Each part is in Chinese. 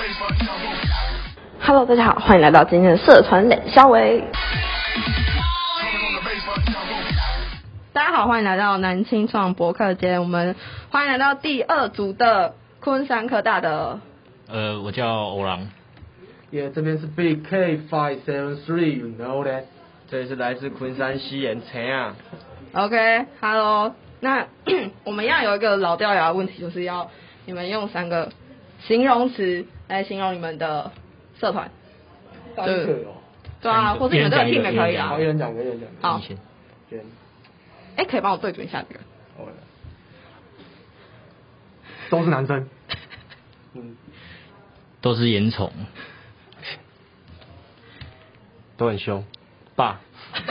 Hello， 大家好，欢迎来到今天的社团冷肖维。大家好，欢迎来到南青创博客间。我们欢迎来到第二组的昆山科大的。 我叫欧郎。 这边是 BK573，you know that。 这里是来自昆山西岩陈啊。 OK，Hello， 那我们一样有一个老掉牙的问题，就是要你们用3个形容词来形容你们的社团。 3个哦。 对啊，或是你们这个 team 也可以啊。 好，一人讲。 好。可以帮我对准一下这个。 都是男生。 都是严宠。 都很凶。爸。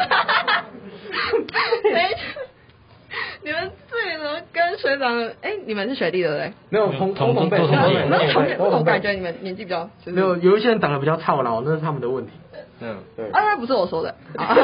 你们这个跟学长的，你们是学弟对不对？ 没有同辈， 我感觉你们年纪比较没有一些人长得比较操劳，那是他们的问题。对。 不是我说的。我说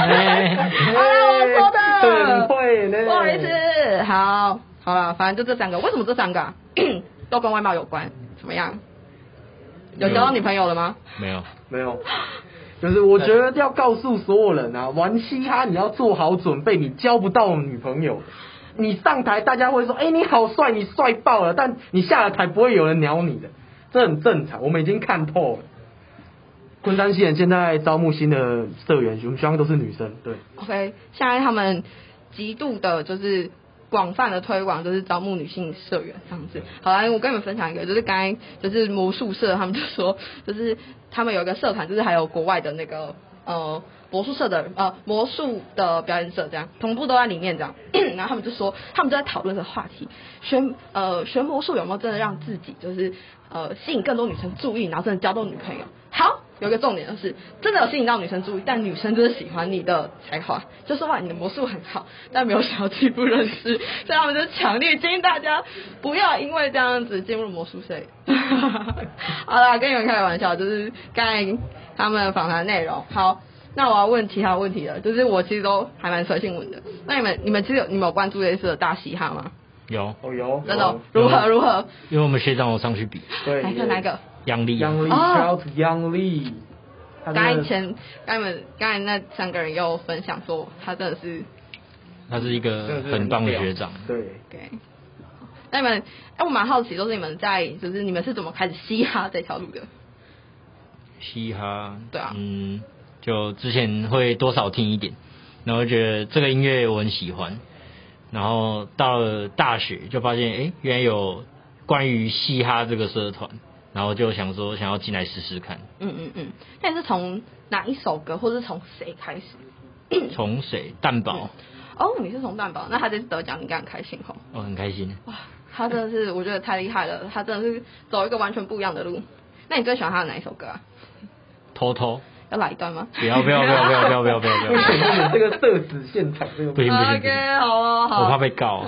的。 很会呢。 不好意思，好了，反正就这3个。为什么这3个啊？都跟外貌有关？怎么样？有交到女朋友了吗？ 没有。 就是我觉得要告诉所有人啊，玩嘻哈你要做好准备，你交不到女朋友。你上台大家会说，你好帅，你帅爆了，但你下了台不会有人鸟你的，这很正常，我们已经看透了。昆山西人现在招募新的社员，我们希望都是女生，对。 OK， 现在他们极度的就是广泛的推广，就是招募女性社员这样子。好啦，我跟你们分享一个，就是刚才就是魔术社，他们就说，就是他们有一个社团，就是还有国外的那个魔术社的魔术的表演社这样，同步都在里面这样。然后他们就说，他们就在讨论这个话题，学魔术有没有真的让自己就是吸引更多女生注意，然后真的交到女朋友？好。有一个重点就是真的有吸引到女生注意，但女生就是喜欢你的才华，就说哇你的魔术很好，但没有想要进一步认识，所以他们就强烈建议大家不要因为这样子进入魔术社。好啦，跟你们开玩笑，就是刚才他们访谈内容。好，那我要问其他问题了，就是我其实都还蛮随性问的。那你们其实你们有关注类似的大嘻哈吗？ 有。 有。 真的？如何？ 因为我们学长有上去比。 对。 哪个？ 央丽 ，shout out to 央丽。 刚才那3个人又分享说，他真的是， 他是一个很棒的学长。 对。 那你们，我蛮好奇，就是你们就是你们是怎么开始嘻哈这条路的？ 嘻哈。 对啊。 就之前会多少听一点，然后觉得这个音乐我很喜欢，然后到了大学就发现，原来有关于嘻哈这个社团。然后就想要进来试试看。 那你是从哪一首歌，或是从谁开始？ 从谁？蛋堡。 你是从蛋堡，那他这次得奖，你应该很开心吼。 很开心。 哇，他真的是，我觉得太厉害了，他真的是走一个完全不一样的路。那你最喜欢他的哪一首歌啊？ 偷偷。 要来一段吗？ 不要！ 这个社死现场，这个不行。 OK， 好。 我怕被告。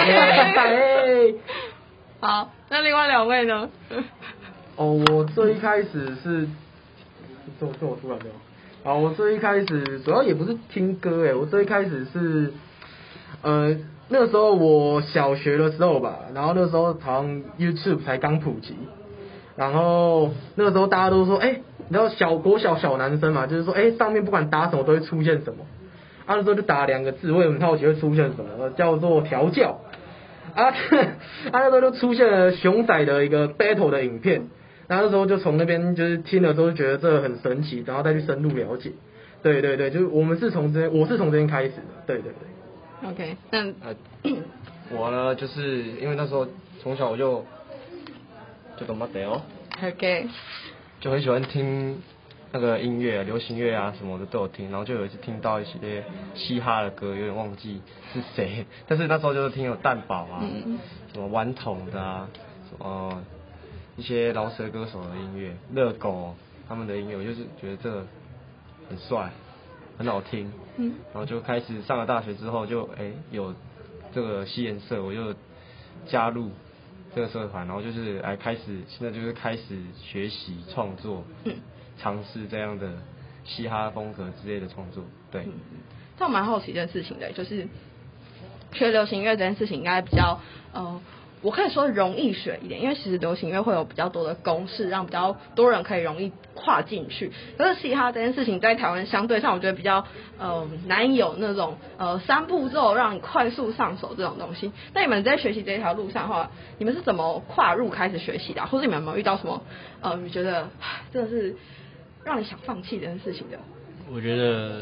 好，那另外2位呢？ 我最一开始是，这我突然没有。我最一开始主要也不是听歌我最一开始是，那个时候我小学的时候吧，然后那时候好像 YouTube 才刚普及，然后那个时候大家都说，你知道国小小男生嘛，就是说，上面不管打什么都会出现什么，那时候就打2个字，我也很好奇会出现什么，叫做调教。那时候就出现了熊仔的一个 battle 的影片。然后那时候就从那边就是听了之后就觉得这很神奇，然后再去深入了解。对，就是我是从这边开始的。对。 OK， 那我呢，就是因为那时候从小我就懂得哦。 OK。 就很喜欢听那个音乐、流行乐啊什么的都有听，然后就有一次听到一些嘻哈的歌，有点忘记是谁，但是那时候就是听有蛋堡啊，什么顽童的啊，什么。一些饶舌歌手的音乐，热狗他们的音乐，我就是觉得这个很帅，很好听。然后就开始上了大学之后就，有这个西研社，我就加入这个社团，然后就是现在就是开始学习创作，尝试这样的嘻哈风格之类的创作。对。 但我蛮好奇一件事情的，就是学流行乐这件事情应该比较我可以说容易学一点，因为其实流行音乐会有比较多的公式，让比较多人可以容易跨进去。可是嘻哈这件事情在台湾相对上，我觉得比较难以有那种3步骤让你快速上手这种东西。那你们在学习这条路上的话，你们是怎么跨入开始学习的或者你们有没有遇到什么你觉得真的是让你想放弃这件事情的？ 我觉得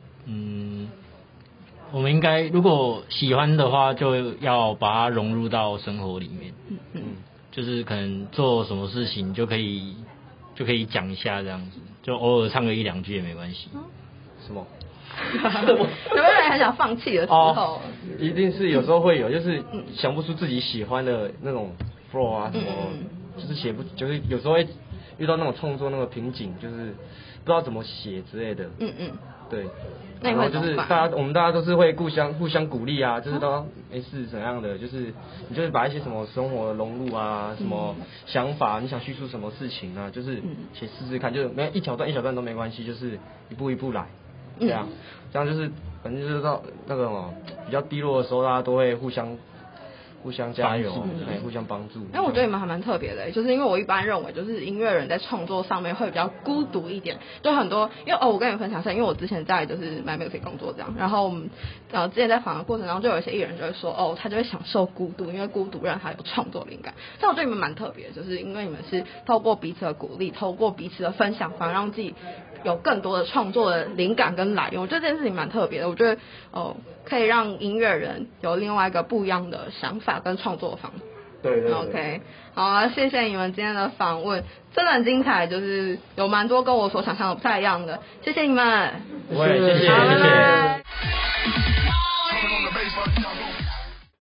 我们应该如果喜欢的话，就要把它融入到生活里面。就是可能做什么事情就可以讲一下这样子，就偶尔唱个1-2句也没关系。 什么？ 有没有人很想放弃的时候？ 一定是有时候会有，就是想不出自己喜欢的那种 flow 啊什么，就是就是有时候会遇到那种创作那个瓶颈，就是不知道怎么写之类的。对。然后就是我们大家都是会互相鼓励啊，就是都没事怎样的，就是你就是把一些什么生活的融入啊，什么想法，你想叙述什么事情啊，就是写试试看，就是一小段都没关系，就是一步一步来，这样就是反正就是到那个比较低落的时候，大家都会互相加油，互相帮助。 因为我觉得你们还蛮特别的，就是因为我一般认为，就是音乐人在创作上面会比较孤独一点，就很多，因为我跟你们分享一下，因为我之前在就是 My Music 工作这样，然后我们之前在访谈过程中，就有一些艺人就会说，他就会享受孤独，因为孤独让他有创作灵感。但我觉得你们蛮特别，就是因为你们是透过彼此的鼓励，透过彼此的分享，反而让自己有更多的创作的灵感跟来源。我觉得这件事情蛮特别的，我觉得可以让音乐人有另外一个不一样的想法跟创作方法。 对 OK， 好啊，谢谢你们今天的访问，真的很精彩，就是有蛮多跟我所想象的不太一样的，谢谢你们， 谢谢。 好，拜拜。